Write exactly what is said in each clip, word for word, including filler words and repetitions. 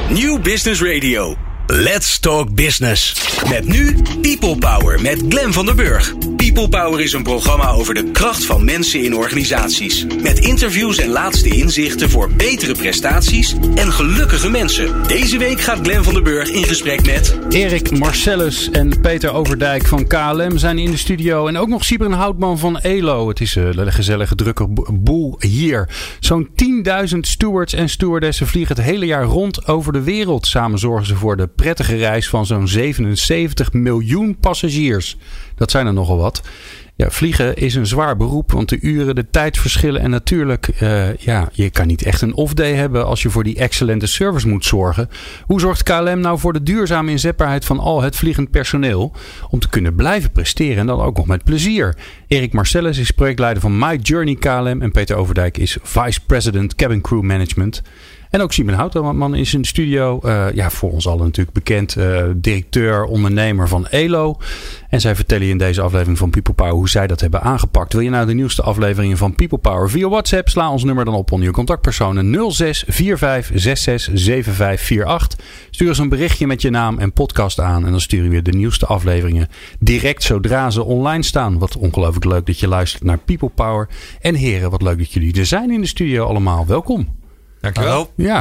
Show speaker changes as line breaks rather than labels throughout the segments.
Nieuw Business Radio. Let's Talk Business. Met nu People Power met Glenn van der Burg. People Power is een programma over de kracht van mensen in organisaties. Met interviews en laatste inzichten voor betere prestaties en gelukkige mensen. Deze week gaat Glenn van der Burg in gesprek met
Erik Marcellus en Peter Overdijk van K L M zijn in de studio. En ook nog Siebren Houtman van E L O. Het is een gezellige, drukke boel hier. Zo'n tienduizend stewards en stewardessen vliegen het hele jaar rond over de wereld. Samen zorgen ze voor de prettige reis van zo'n zevenenzeventig miljoen passagiers. Dat zijn er nogal wat. Ja, vliegen is een zwaar beroep, want de uren, de tijdverschillen en natuurlijk, uh, ja, je kan niet echt een off-day hebben als je voor die excellente service moet zorgen. Hoe zorgt K L M nou voor de duurzame inzetbaarheid van al het vliegend personeel om te kunnen blijven presteren en dan ook nog met plezier? Erik Marcellus is projectleider van My Journey K L M en Peter Overdijk is Vice President Cabin Crew Management. En ook Siebren Houtman is in de studio. Uh, ja, voor ons allen natuurlijk bekend. Uh, directeur, ondernemer van E L O. En zij vertellen je in deze aflevering van People Power hoe zij dat hebben aangepakt. Wil je nou de nieuwste afleveringen van People Power via WhatsApp? Sla ons nummer dan op onder je contactpersonen nul zes vier vijf zes zes zeven vijf vier acht. Stuur ons een berichtje met je naam en podcast aan. En dan sturen we de nieuwste afleveringen direct zodra ze online staan. Wat ongelooflijk leuk dat je luistert naar People Power. En heren, wat leuk dat jullie er zijn in de studio allemaal. Welkom.
Dankjewel.
Hallo. Ja.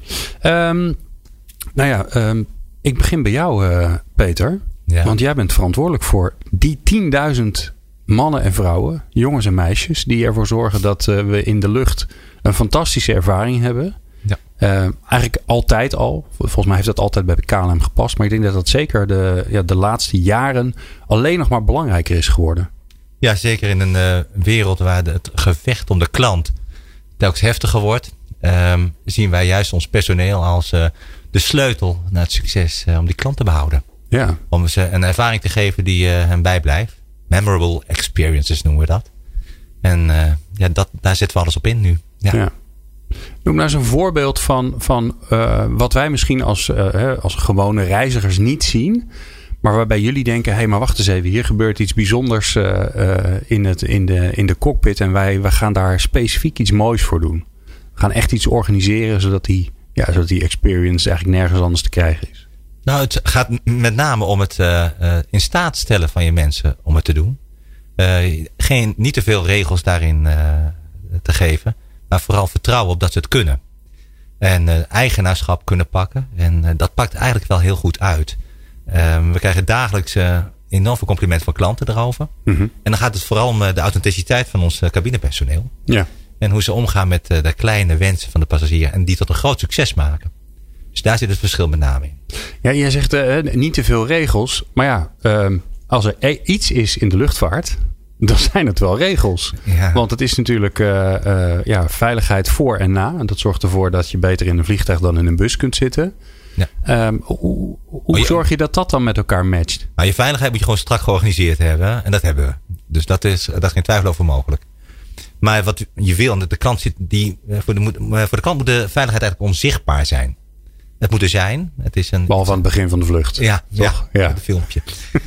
ja. Um, nou ja, um, ik begin bij jou, uh, Peter. Ja. Want jij bent verantwoordelijk voor die tienduizend mannen en vrouwen, jongens en meisjes, die ervoor zorgen dat uh, we in de lucht een fantastische ervaring hebben. Ja. Uh, eigenlijk altijd al. Volgens mij heeft dat altijd bij K L M gepast. Maar ik denk dat dat zeker de, ja, de laatste jaren alleen nog maar belangrijker is geworden.
Ja, zeker in een uh, wereld waar de, het gevecht om de klant telkens heftiger wordt. Um, zien wij juist ons personeel als uh, de sleutel naar het succes uh, om die klant te behouden. Ja. Om ze een ervaring te geven die uh, hen bijblijft. Memorable experiences noemen we dat. En uh, ja, dat, daar zetten we alles op in nu. Ja. Ja.
Noem nou eens een voorbeeld van, van uh, wat wij misschien als, uh, als gewone reizigers niet zien. Maar waarbij jullie denken, hé, hey, maar wacht eens even. Hier gebeurt iets bijzonders uh, uh, in, het, in, de, in de cockpit. En wij, wij gaan daar specifiek iets moois voor doen. We gaan echt iets organiseren zodat die, ja, zodat die experience eigenlijk nergens anders te krijgen is.
Nou, het gaat met name om het uh, uh, in staat stellen van je mensen om het te doen. Uh, geen, niet te veel regels daarin uh, te geven. Maar vooral vertrouwen op dat ze het kunnen. En uh, eigenaarschap kunnen pakken. En uh, dat pakt eigenlijk wel heel goed uit. Uh, we krijgen dagelijks uh, enorm veel complimenten van klanten erover. Mm-hmm. En dan gaat het vooral om uh, de authenticiteit van ons uh, cabinepersoneel. Ja. En hoe ze omgaan met uh, de kleine wensen van de passagier. En die tot een groot succes maken. Dus daar zit het verschil met name in.
Ja, jij zegt uh, niet te veel regels. Maar ja, uh, als er e- iets is in de luchtvaart, dan zijn het wel regels. Ja. Want het is natuurlijk uh, uh, ja, veiligheid voor en na. En dat zorgt ervoor dat je beter in een vliegtuig dan in een bus kunt zitten. Ja. Um, hoe hoe je, zorg je dat dat dan met elkaar matcht?
Nou, je veiligheid moet je gewoon strak georganiseerd hebben. En dat hebben we. Dus dat is, daar is geen twijfel over mogelijk. Maar wat je wil, en de klant zit die, voor, de, voor de klant moet de veiligheid eigenlijk onzichtbaar zijn. Het moet er zijn. Het is een,
Behalve aan het begin van de vlucht.
Ja, toch? Ja, ja. Het filmpje.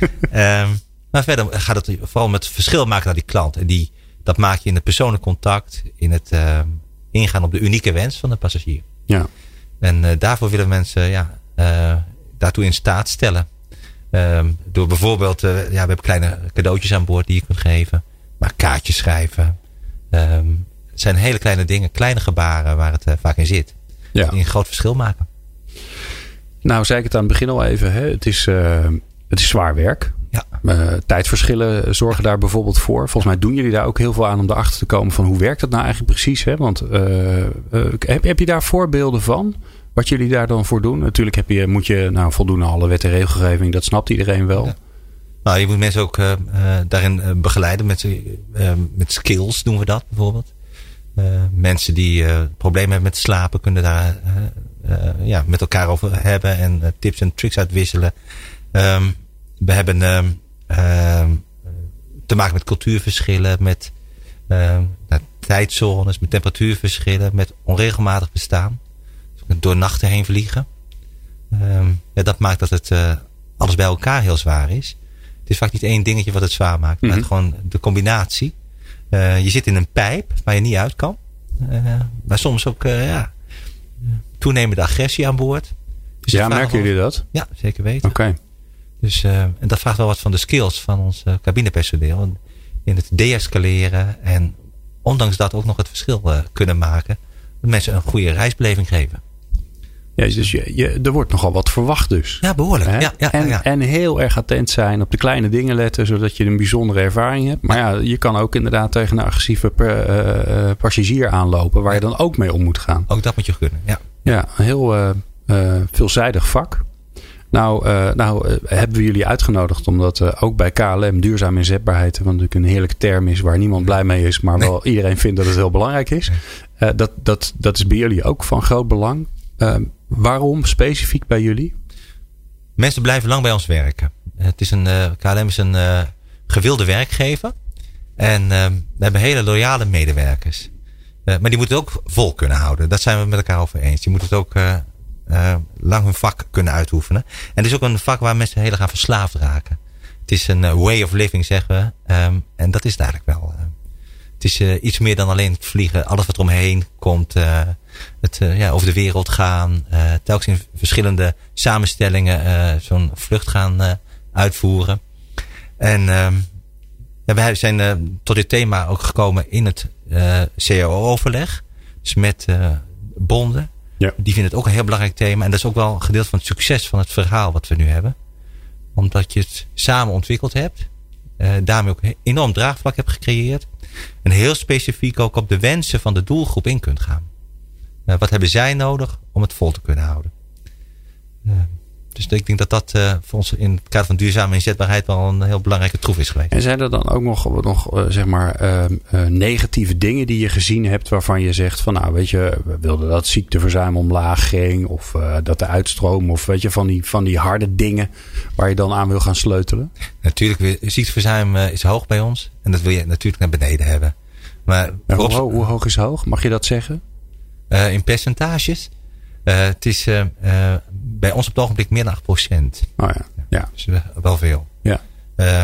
um, maar verder gaat het vooral met het verschil maken naar die klant. En die, dat maak je in het persoonlijk contact. In het uh, ingaan op de unieke wens van de passagier. Ja. En uh, daarvoor willen mensen ja, uh, daartoe in staat stellen. Um, door bijvoorbeeld, uh, ja, we hebben kleine cadeautjes aan boord die je kunt geven. Maar kaartjes schrijven. Um, het zijn hele kleine dingen, kleine gebaren waar het uh, vaak in zit. Ja. Die een groot verschil maken.
Nou, zei ik het aan het begin al even. Hè? Het, is, uh, het is zwaar werk. Ja. Uh, tijdverschillen zorgen daar bijvoorbeeld voor. Volgens mij doen jullie daar ook heel veel aan om erachter te komen van hoe werkt dat nou eigenlijk precies. Hè? Want uh, uh, heb, heb je daar voorbeelden van? Wat jullie daar dan voor doen? Natuurlijk heb je, moet je nou, voldoen aan alle wet en regelgeving. Dat snapt iedereen wel. Ja.
Nou, je moet mensen ook uh, daarin uh, begeleiden. Met, uh, met skills doen we dat bijvoorbeeld. Uh, mensen die uh, problemen hebben met slapen kunnen daar uh, uh, ja, met elkaar over hebben. En uh, tips en tricks uitwisselen. Um, we hebben uh, uh, te maken met cultuurverschillen. Met uh, nou, tijdzones. Met temperatuurverschillen. Met onregelmatig bestaan. Door nachten heen vliegen. Um, ja, dat maakt dat het uh, alles bij elkaar heel zwaar is. Het is vaak niet één dingetje wat het zwaar maakt. Mm-hmm. Maar gewoon de combinatie. Uh, je zit in een pijp waar je niet uit kan. Uh, maar soms ook uh, ja, toenemende agressie aan boord. Dus
ja, merken jullie dat?
Ja, zeker weten.
Oké. Okay.
Dus uh, en dat vraagt wel wat van de skills van ons uh, cabinepersoneel. In het deescaleren en ondanks dat ook nog het verschil uh, kunnen maken. Dat mensen een goede reisbeleving geven.
Ja, dus je, je, er wordt nogal wat verwacht dus.
Ja, behoorlijk. Ja, ja,
en,
ja.
en heel erg attent zijn op de kleine dingen letten. Zodat je een bijzondere ervaring hebt. Maar ja, je kan ook inderdaad tegen een agressieve per, uh, passagier aanlopen. Waar je dan ook mee om moet gaan.
Ook dat moet je kunnen, ja.
Ja, een heel uh, uh, veelzijdig vak. Nou, uh, nou uh, hebben we jullie uitgenodigd. Omdat uh, ook bij K L M duurzaam inzetbaarheid. Wat natuurlijk een heerlijke term is. Waar niemand blij mee is. Maar wel nee. iedereen vindt dat het heel belangrijk is. Uh, dat, dat, dat is bij jullie ook van groot belang. Uh, waarom specifiek bij jullie?
Mensen blijven lang bij ons werken. Het is een, uh, K L M is een uh, gewilde werkgever. En uh, we hebben hele loyale medewerkers. Uh, maar die moeten het ook vol kunnen houden. Dat zijn we met elkaar over eens. Die moeten het ook uh, uh, lang hun vak kunnen uitoefenen. En het is ook een vak waar mensen heel erg aan verslaafd raken. Het is een uh, way of living, zeggen we. Um, en dat is het eigenlijk wel. Uh, het is uh, iets meer dan alleen het vliegen. Alles wat eromheen komt. Uh, het uh, ja, over de wereld gaan. Uh, telkens in verschillende samenstellingen uh, zo'n vlucht gaan uh, uitvoeren. En uh, ja, wij zijn uh, tot dit thema ook gekomen in het uh, C A O-overleg. Dus met uh, bonden. Ja. Die vinden het ook een heel belangrijk thema. En dat is ook wel een gedeelte van het succes van het verhaal wat we nu hebben. Omdat je het samen ontwikkeld hebt. Uh, daarmee ook enorm draagvlak hebt gecreëerd. En heel specifiek ook op de wensen van de doelgroep in kunt gaan. Uh, wat hebben zij nodig om het vol te kunnen houden? Uh, dus ik denk dat dat uh, voor ons in het kader van duurzame inzetbaarheid wel een heel belangrijke troef is geweest.
En zijn er dan ook nog, nog uh, zeg maar uh, uh, negatieve dingen die je gezien hebt waarvan je zegt van nou weet je, we wilden dat ziekteverzuim omlaag ging of uh, dat de uitstroom of weet je van die, van die harde dingen waar je dan aan wil gaan sleutelen?
Natuurlijk, ziekteverzuim uh, is hoog bij ons en dat wil je natuurlijk naar beneden hebben. Maar
ja, hoe, ho- hoe hoog is hoog? Mag je dat zeggen?
Uh, in percentages? Uh, het is uh, uh, bij ons op het ogenblik meer dan acht procent.
Oh ja. Ja.
Dus uh, wel veel.
Ja.
Uh,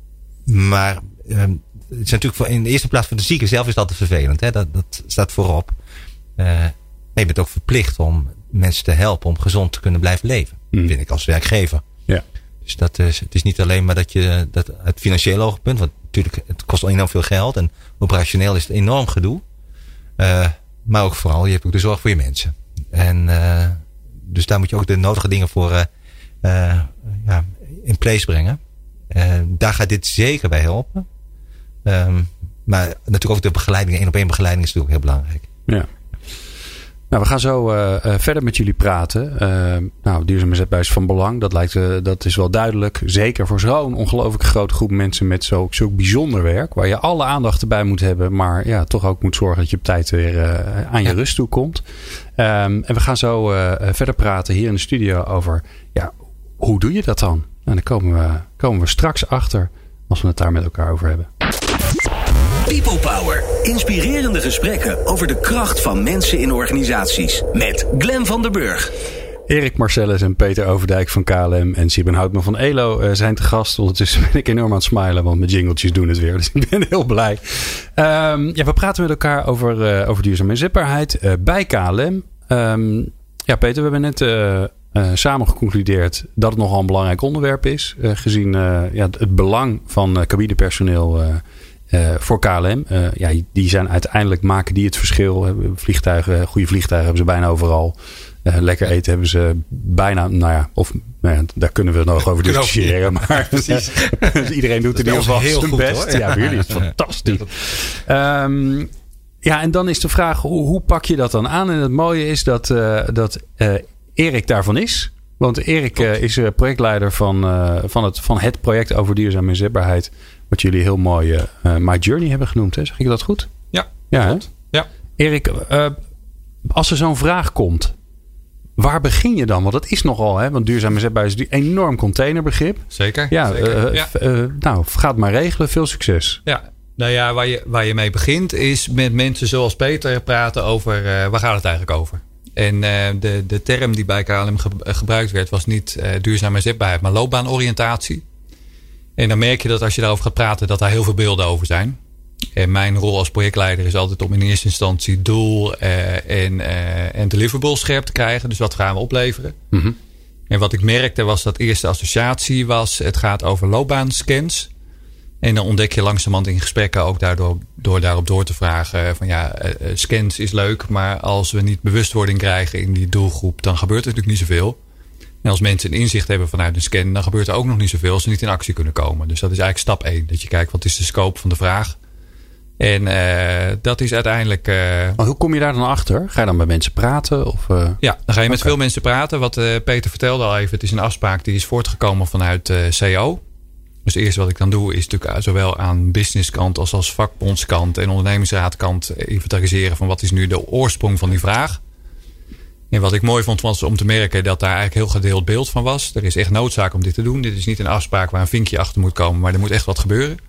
maar uh, het is natuurlijk voor, in de eerste plaats voor de zieke zelf is dat altijd vervelend. Hè? Dat, dat staat voorop. Uh, maar je bent ook verplicht om mensen te helpen om gezond te kunnen blijven leven. Mm. Vind ik als werkgever.
Ja.
Dus dat is, het is niet alleen maar dat je dat het financiële oogpunt, want natuurlijk het kost al enorm veel geld en operationeel is het enorm gedoe. Uh, maar ook vooral, je hebt ook de zorg voor je mensen. En uh, dus daar moet je ook de nodige dingen voor uh, uh, ja, in place brengen. Uh, daar gaat dit zeker bij helpen. Um, maar natuurlijk ook de begeleiding, één op één begeleiding is natuurlijk ook heel belangrijk.
Ja. Nou, we gaan zo uh, uh, verder met jullie praten. Uh, nou, duurzame inzetbaarheid is van belang. Dat, lijkt, uh, dat is wel duidelijk. Zeker voor zo'n ongelooflijk grote groep mensen met zo, zulk bijzonder werk. Waar je alle aandacht erbij moet hebben. Maar ja, toch ook moet zorgen dat je op tijd weer uh, aan je ja. rust toe komt. Um, en we gaan zo uh, verder praten hier in de studio over ja, hoe doe je dat dan? En dan komen we, komen we straks achter als we het daar met elkaar over hebben.
People Power. Inspirerende gesprekken over de kracht van mensen in organisaties. Met Glenn van der Burg.
Erik Marcellus en Peter Overdijk van K L M en Sieben Houtman van Elo uh, zijn te gast. Ondertussen ben ik enorm aan het smilen, want mijn jingletjes doen het weer. Dus ik ben heel blij. Um, ja, we praten met elkaar over, uh, over duurzame inzetbaarheid uh, bij K L M. Um, ja, Peter, we hebben net uh, uh, samen geconcludeerd dat het nogal een belangrijk onderwerp is. Uh, gezien uh, ja, het belang van uh, cabinepersoneel uh, Uh, voor K L M. Uh, ja, die zijn uiteindelijk maken die het verschil. Vliegtuigen, goede vliegtuigen hebben ze bijna overal. Uh, lekker eten hebben ze bijna. Nou ja, of nou ja, daar kunnen we het nog over discussiëren. Maar precies. Dus iedereen doet in ieder geval zijn best. Hoor. Ja, voor jullie is het fantastisch. Um, ja, en dan is de vraag, hoe, hoe pak je dat dan aan? En het mooie is dat, uh, dat uh, Erik daarvan is. Want Erik uh, is uh, projectleider van, uh, van, het, van het project over duurzame inzetbaarheid. Wat jullie heel mooi uh, My Journey hebben genoemd. Hè? Zeg ik dat goed?
Ja.
Ja,
ja.
Erik, uh, als er zo'n vraag komt. Waar begin je dan? Want dat is nogal. Hè? Want duurzame inzetbaarheid is een enorm containerbegrip.
Zeker.
Ja,
zeker.
Uh,
ja.
Uh, nou, gaat maar regelen. Veel succes.
Ja. Nou ja, waar je, waar je mee begint is met mensen zoals Peter praten over uh, waar gaat het eigenlijk over? En uh, de, de term die bij K L M ge, gebruikt werd was niet uh, duurzame inzetbaarheid, maar loopbaanoriëntatie. En dan merk je dat als je daarover gaat praten, dat daar heel veel beelden over zijn. En mijn rol als projectleider is altijd om in eerste instantie doel uh, en, uh, en deliverables scherp te krijgen. Dus wat gaan we opleveren?
Mm-hmm.
En wat ik merkte was dat eerste associatie was, het gaat over loopbaanscans. En dan ontdek je langzamerhand in gesprekken ook daardoor door daarop door te vragen van ja, uh, scans is leuk, maar als we niet bewustwording krijgen in die doelgroep, dan gebeurt er natuurlijk niet zoveel. En als mensen een inzicht hebben vanuit een scan, dan gebeurt er ook nog niet zoveel als ze niet in actie kunnen komen. Dus dat is eigenlijk stap één. Dat je kijkt wat is de scope van de vraag. En uh, dat is uiteindelijk... Uh,
maar hoe kom je daar dan achter? Ga je dan met mensen praten? Of, uh...
Ja, dan ga je met
okay.
veel mensen praten. Wat uh, Peter vertelde al even. Het is een afspraak die is voortgekomen vanuit uh, C O. Dus het eerste wat ik dan doe is natuurlijk zowel aan businesskant als als vakbondskant en ondernemingsraadkant inventariseren van wat is nu de oorsprong van die vraag. En wat ik mooi vond was om te merken dat daar eigenlijk heel gedeeld beeld van was. Er is echt noodzaak om dit te doen. Dit is niet een afspraak waar een vinkje achter moet komen, maar er moet echt wat gebeuren.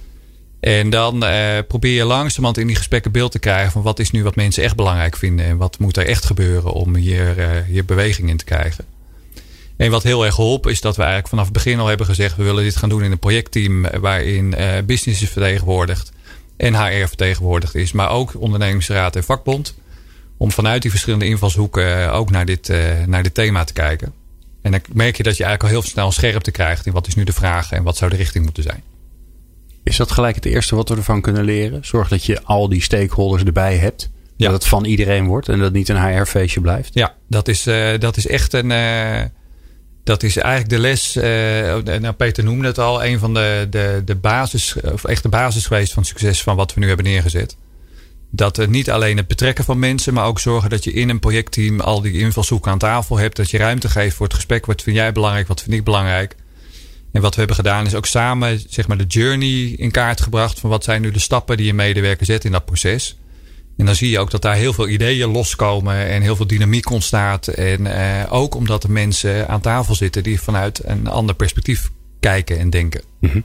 En dan uh, probeer je langzamerhand in die gesprekken beeld te krijgen van wat is nu wat mensen echt belangrijk vinden. En wat moet er echt gebeuren om hier, uh, hier beweging in te krijgen. En wat heel erg geholpen is dat we eigenlijk vanaf het begin al hebben gezegd, we willen dit gaan doen in een projectteam waarin uh, business is vertegenwoordigd en H R vertegenwoordigd is. Maar ook ondernemingsraad en vakbond. Om vanuit die verschillende invalshoeken ook naar dit, uh, naar dit thema te kijken. En dan merk je dat je eigenlijk al heel snel scherpte krijgt in wat is nu de vraag en wat zou de richting moeten zijn.
Is dat gelijk het eerste wat we ervan kunnen leren? Zorg dat je al die stakeholders erbij hebt. Ja. Dat het van iedereen wordt en dat het niet een H R-feestje blijft.
Ja, dat is, uh, dat is echt een... Uh, dat is eigenlijk de les... Uh, nou Peter noemde het al. Een van de, de, de basis... Of echt de basis geweest van het succes van wat we nu hebben neergezet. Dat uh, niet alleen het betrekken van mensen, maar ook zorgen dat je in een projectteam al die invalshoeken aan tafel hebt. Dat je ruimte geeft voor het gesprek. Wat vind jij belangrijk? Wat vind ik belangrijk? En wat we hebben gedaan is ook samen zeg maar, de journey in kaart gebracht. Van wat zijn nu de stappen die je medewerker zet in dat proces. En dan zie je ook dat daar heel veel ideeën loskomen en heel veel dynamiek ontstaat. En uh, ook omdat er mensen aan tafel zitten die vanuit een ander perspectief kijken en denken.
Mm-hmm.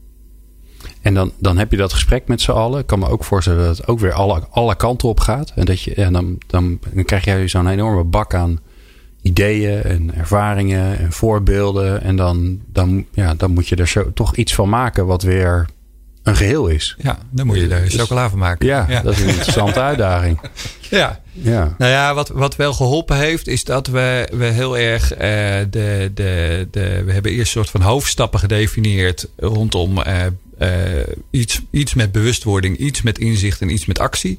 En dan, dan heb je dat gesprek met z'n allen. Ik kan me ook voorstellen dat het ook weer alle, alle kanten op gaat. En, dat je, en dan, dan, dan krijg jij zo'n enorme bak aan ideeën en ervaringen en voorbeelden. En dan, dan, ja, dan moet je er zo, toch iets van maken wat weer een geheel is.
Ja, dan moet je er dus chocola van maken.
Ja, ja, dat is een interessante uitdaging.
Ja.
ja.
Nou ja, wat, wat wel geholpen heeft is dat we, we heel erg... Uh, de, de, de, we hebben eerst een soort van hoofdstappen gedefinieerd rondom uh, uh, iets, iets met bewustwording, iets met inzicht en iets met actie.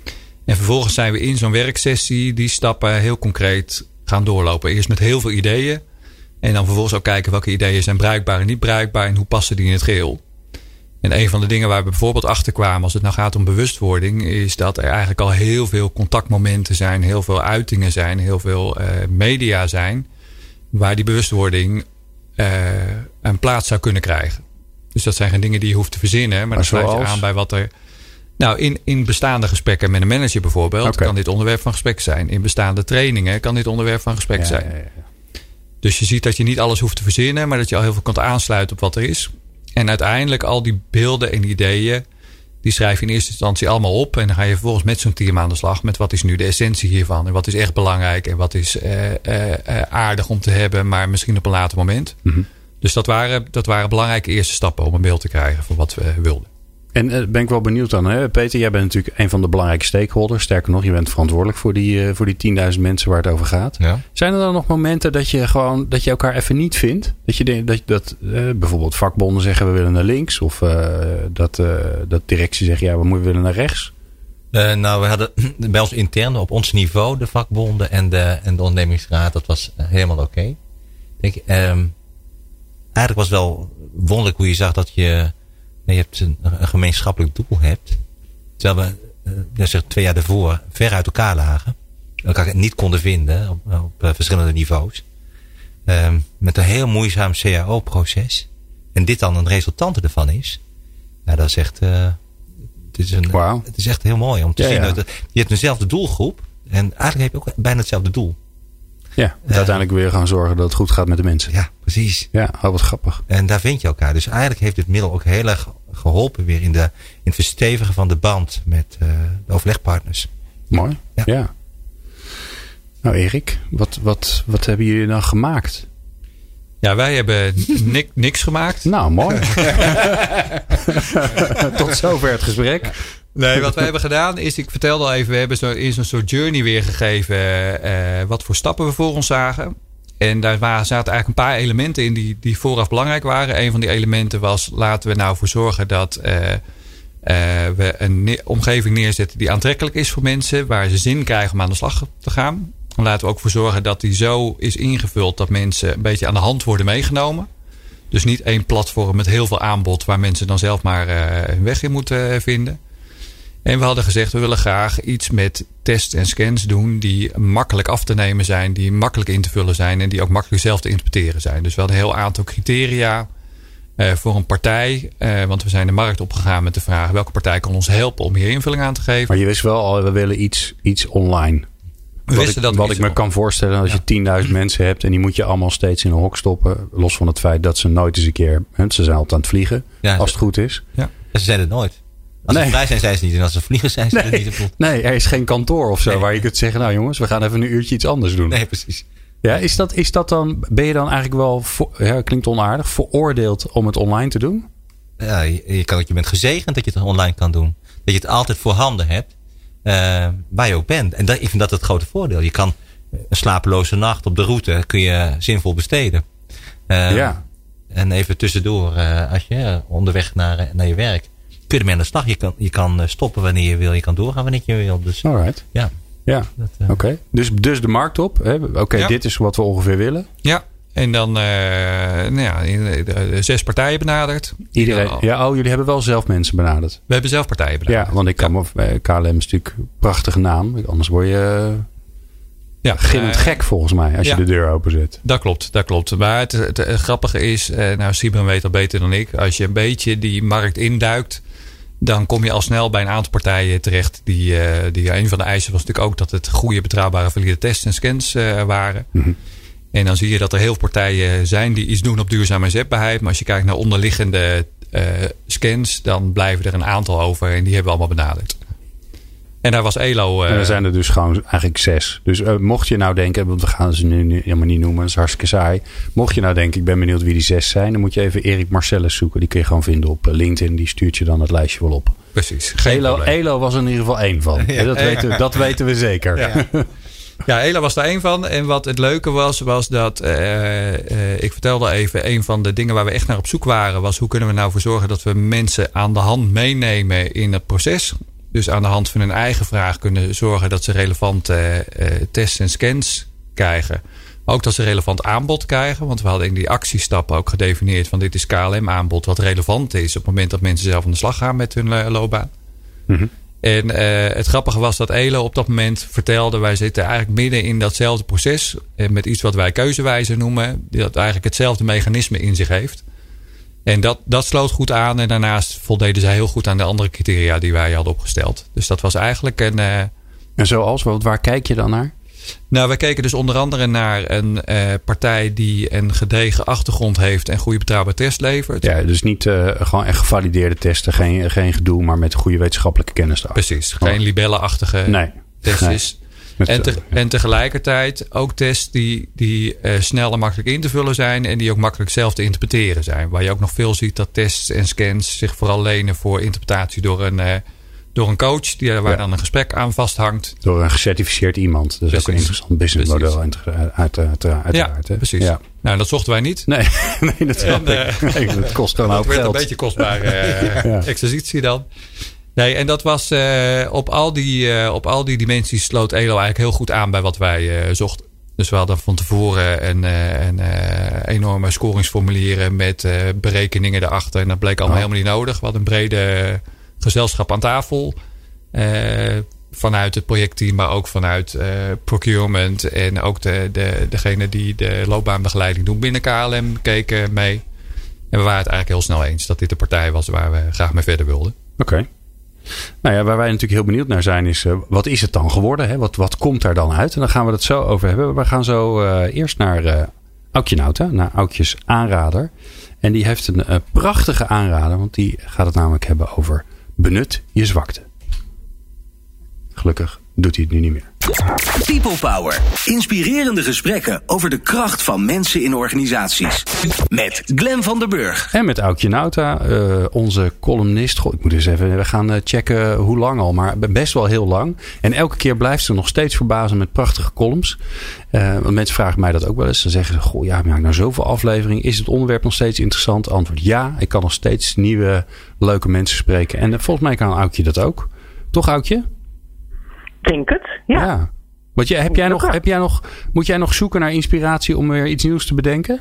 En vervolgens zijn we in zo'n werksessie die stappen heel concreet gaan doorlopen. Eerst met heel veel ideeën. En dan vervolgens ook kijken welke ideeën zijn bruikbaar en niet bruikbaar. En hoe passen die in het geheel. En een van de dingen waar we bijvoorbeeld achter kwamen als het nou gaat om bewustwording. Is dat er eigenlijk al heel veel contactmomenten zijn. Heel veel uitingen zijn. Heel veel uh, media zijn. Waar die bewustwording uh, een plaats zou kunnen krijgen. Dus dat zijn geen dingen die je hoeft te verzinnen. Maar, maar dan sluit je aan bij wat er... Nou, in, in bestaande gesprekken met een manager bijvoorbeeld... Okay. kan dit onderwerp van gesprek zijn. In bestaande trainingen kan dit onderwerp van gesprek ja, zijn. Ja, ja. Dus je ziet dat je niet alles hoeft te verzinnen... maar dat je al heel veel kunt aansluiten op wat er is. En uiteindelijk al die beelden en ideeën... die schrijf je in eerste instantie allemaal op... en dan ga je vervolgens met zo'n team aan de slag... met wat is nu de essentie hiervan... en wat is echt belangrijk... en wat is uh, uh, uh, aardig om te hebben... maar misschien op een later moment. Mm-hmm. Dus dat waren, dat waren belangrijke eerste stappen... om een beeld te krijgen van wat we wilden.
En uh, ben ik wel benieuwd dan. Hè? Peter, jij bent natuurlijk een van de belangrijke stakeholders. Sterker nog, je bent verantwoordelijk voor die, uh, voor die tienduizend mensen waar het over gaat. Ja. Zijn er dan nog momenten dat je gewoon dat je elkaar even niet vindt? Dat je denkt dat, dat uh, bijvoorbeeld vakbonden zeggen we willen naar links. Of uh, dat, uh, dat directie zegt ja, we moeten willen naar rechts.
Uh, nou, we hadden bij ons intern op ons niveau de vakbonden en de, en de ondernemingsraad. Dat was uh, helemaal oké. Okay. Denk, um, eigenlijk was het wel wonderlijk hoe je zag dat je... je hebt een, een gemeenschappelijk doel hebt. Terwijl we uh, zeg, twee jaar daarvoor ver uit elkaar lagen. Elkaar niet konden vinden op, op uh, verschillende niveaus. Um, met een heel moeizaam C A O-proces. En dit dan een resultante ervan is. Nou, dat is echt... Uh, het, is een, wow. Het is echt heel mooi om te ja, zien. Ja. Dat, je hebt eenzelfde doelgroep. En eigenlijk heb je ook bijna hetzelfde doel.
Ja, uh, uiteindelijk weer gaan zorgen dat het goed gaat met de mensen.
Ja, precies.
Ja, oh, wat grappig.
En daar vind je elkaar. Dus eigenlijk heeft dit middel ook heel erg geholpen weer in, de, in het verstevigen van de band met uh, de overlegpartners.
Mooi, ja. ja. Nou Erik, wat, wat, wat hebben jullie dan gemaakt?
Ja, wij hebben nik, niks gemaakt.
Nou, mooi. Tot zover het gesprek.
Nee, wat wij hebben gedaan is, ik vertelde al even, we hebben zo in zo'n soort journey weergegeven uh, wat voor stappen we voor ons zagen. En daar waren, zaten eigenlijk een paar elementen in die, die vooraf belangrijk waren. Een van die elementen was, laten we nou voor zorgen dat uh, uh, we een ne- omgeving neerzetten die aantrekkelijk is voor mensen. Waar ze zin krijgen om aan de slag te gaan. En laten we ook voor zorgen dat die zo is ingevuld dat mensen een beetje aan de hand worden meegenomen. Dus niet één platform met heel veel aanbod waar mensen dan zelf maar uh, hun weg in moeten vinden. En we hadden gezegd, we willen graag iets met tests en scans doen die makkelijk af te nemen zijn, die makkelijk in te vullen zijn en die ook makkelijk zelf te interpreteren zijn. Dus we hadden een heel aantal criteria uh, voor een partij. Uh, want we zijn de markt opgegaan met de vraag, welke partij kan ons helpen om hier invulling aan te geven.
Maar je wist wel al, we willen iets, iets online.
We
wat
wisten
ik,
dat
wat ik me kan voorstellen, als ja. je tienduizend mensen hebt en die moet je allemaal steeds in een hok stoppen. Los van het feit dat ze nooit eens een keer, hè, ze zijn altijd aan het vliegen, ja, als het goed is.
Ja. Ze zijn het nooit. Als nee. ze vrij zijn, zijn ze niet. En als ze vliegen, zijn ze
nee.
er niet.
Nee, er is geen kantoor of zo nee. waar je kunt zeggen, nou jongens, we gaan even een uurtje iets anders doen.
Nee, precies.
Ja, is dat, is dat dan, ben je dan eigenlijk wel, voor, ja, klinkt onaardig, veroordeeld om het online te doen?
Ja, je, je, kan, je bent gezegend dat je het online kan doen. Dat je het altijd voorhanden hebt, uh, waar je ook bent. En dat, ik vind dat het grote voordeel. Je kan een slapeloze nacht op de route, kun je zinvol besteden. Uh, ja. En even tussendoor, uh, als je uh, onderweg naar, naar je werk, kun je ermee aan de slag. Je kan, je kan stoppen wanneer je wil. Je kan doorgaan wanneer je wil. Dus,
alright.
Ja.
Ja, uh, oké. Okay. Dus, dus de markt op. Oké, okay, ja. Dit is wat we ongeveer willen.
Ja, en dan uh, nou ja, zes partijen benaderd.
Iedereen. Ja, oh, jullie hebben wel zelf mensen benaderd.
We hebben zelf partijen benaderd.
Ja, want ik kan ja. me, K L M is natuurlijk een prachtige naam. Anders word je uh, ja, gillend uh, gek volgens mij als ja, je de deur openzet.
Dat klopt, dat klopt. Maar het, het, het grappige is, uh, nou Sibren weet dat beter dan ik. Als je een beetje die markt induikt, dan kom je al snel bij een aantal partijen terecht. Die, uh, die een van de eisen was natuurlijk ook dat het goede, betrouwbare, valide tests en scans uh, waren. Mm-hmm. En dan zie je dat er heel veel partijen zijn die iets doen op duurzame inzetbaarheid. Maar als je kijkt naar onderliggende uh, scans, dan blijven er een aantal over. En die hebben we allemaal benaderd. En daar was Elo. Uh,
en er zijn er dus gewoon eigenlijk zes. Dus uh, mocht je nou denken, want we gaan ze nu helemaal niet noemen, dat is hartstikke saai. Mocht je nou denken, ik ben benieuwd wie die zes zijn, dan moet je even Erik Marcellus zoeken. Die kun je gewoon vinden op LinkedIn. Die stuurt je dan het lijstje wel op.
Precies.
Elo, Elo was er in ieder geval één van. Ja, dat, weten, dat weten we zeker.
Ja. Ja, Ela was daar één van. En wat het leuke was, was dat uh, uh, ik vertelde even, een van de dingen waar we echt naar op zoek waren, was hoe kunnen we nou voor zorgen dat we mensen aan de hand meenemen in het proces. Dus aan de hand van hun eigen vraag kunnen zorgen dat ze relevante uh, tests en scans krijgen. Maar ook dat ze relevant aanbod krijgen. Want we hadden in die actiestappen ook gedefinieerd van dit is K L M aanbod wat relevant is op het moment dat mensen zelf aan de slag gaan met hun uh, loopbaan. Mm-hmm. En uh, het grappige was dat Elo op dat moment vertelde, wij zitten eigenlijk midden in datzelfde proces. Met iets wat wij keuzewijzer noemen. Dat eigenlijk hetzelfde mechanisme in zich heeft. En dat, dat sloot goed aan. En daarnaast voldeden zij heel goed aan de andere criteria die wij hadden opgesteld. Dus dat was eigenlijk een... Uh,
en zoals, waar kijk je dan naar?
Nou, wij keken dus onder andere naar een uh, partij die een gedegen achtergrond heeft en goede betrouwbare test levert.
Ja, dus niet uh, gewoon echt gevalideerde testen, geen, geen gedoe, maar met goede wetenschappelijke kennis erachter.
Precies, geen oh. libellenachtige
nee.
tests. Nee. En, te, en tegelijkertijd ook tests die, die uh, snel en makkelijk in te vullen zijn en die ook makkelijk zelf te interpreteren zijn. Waar je ook nog veel ziet dat tests en scans zich vooral lenen voor interpretatie door een... Uh, Door een coach die, waar ja. dan een gesprek aan vasthangt.
Door een gecertificeerd iemand. Dat is precies. Ook een interessant businessmodel uit, uit, uit, uit,
ja,
hè?
Precies. Ja. Nou, dat zochten wij niet.
Nee, nee dat snap en, ik. Nee, dat kost gewoon een hoop geld.
Dat werd een beetje kostbare uh, ja. exercitie dan. Nee, en dat was uh, op, al die, uh, op al die dimensies sloot Elo eigenlijk heel goed aan bij wat wij uh, zochten. Dus we hadden van tevoren een, een, een enorme scoringsformulieren met uh, berekeningen erachter. En dat bleek allemaal oh. helemaal niet nodig. We hadden een brede gezelschap aan tafel. Uh, vanuit het projectteam, maar ook vanuit uh, procurement. En ook de, de, degene die de loopbaanbegeleiding doen binnen K L M keken mee. En we waren het eigenlijk heel snel eens dat dit de partij was waar we graag mee verder wilden.
Oké. Okay. Nou ja, waar wij natuurlijk heel benieuwd naar zijn is, uh, wat is het dan geworden? Hè? Wat, wat komt daar dan uit? En dan gaan we het zo over hebben. We gaan zo uh, eerst naar uh, Aukje Nauta, naar Aukjes aanrader. En die heeft een uh, prachtige aanrader, want die gaat het namelijk hebben over benut je zwakte. Gelukkig doet hij het nu niet meer.
People Power. Inspirerende gesprekken over de kracht van mensen in organisaties. Met Glenn van der Burg.
En met Aukje Nauta, uh, onze columnist. Goh, ik moet eens even we gaan checken hoe lang al, maar best wel heel lang. En elke keer blijft ze nog steeds verbazen met prachtige columns. Uh, want mensen vragen mij dat ook wel eens. Ze zeggen, goh, ja, maar na zoveel afleveringen is het onderwerp nog steeds interessant. Antwoord ja, ik kan nog steeds nieuwe leuke mensen spreken. En uh, volgens mij kan Aukje dat ook. Toch, Aukje?
Denk het, ja.
ja. Want je, heb jij nog, heb jij nog, moet jij nog zoeken naar inspiratie om weer iets nieuws te bedenken?